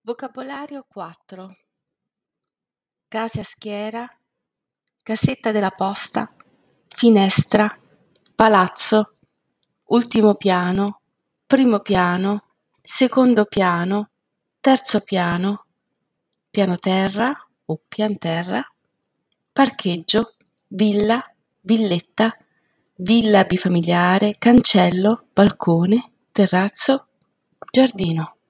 Vocabolario 4. Case a schiera, casetta della posta, finestra, palazzo, ultimo piano, primo piano, secondo piano, terzo piano, piano terra o pianterra, parcheggio, villa, villetta, villa bifamiliare, cancello, balcone, terrazzo, giardino.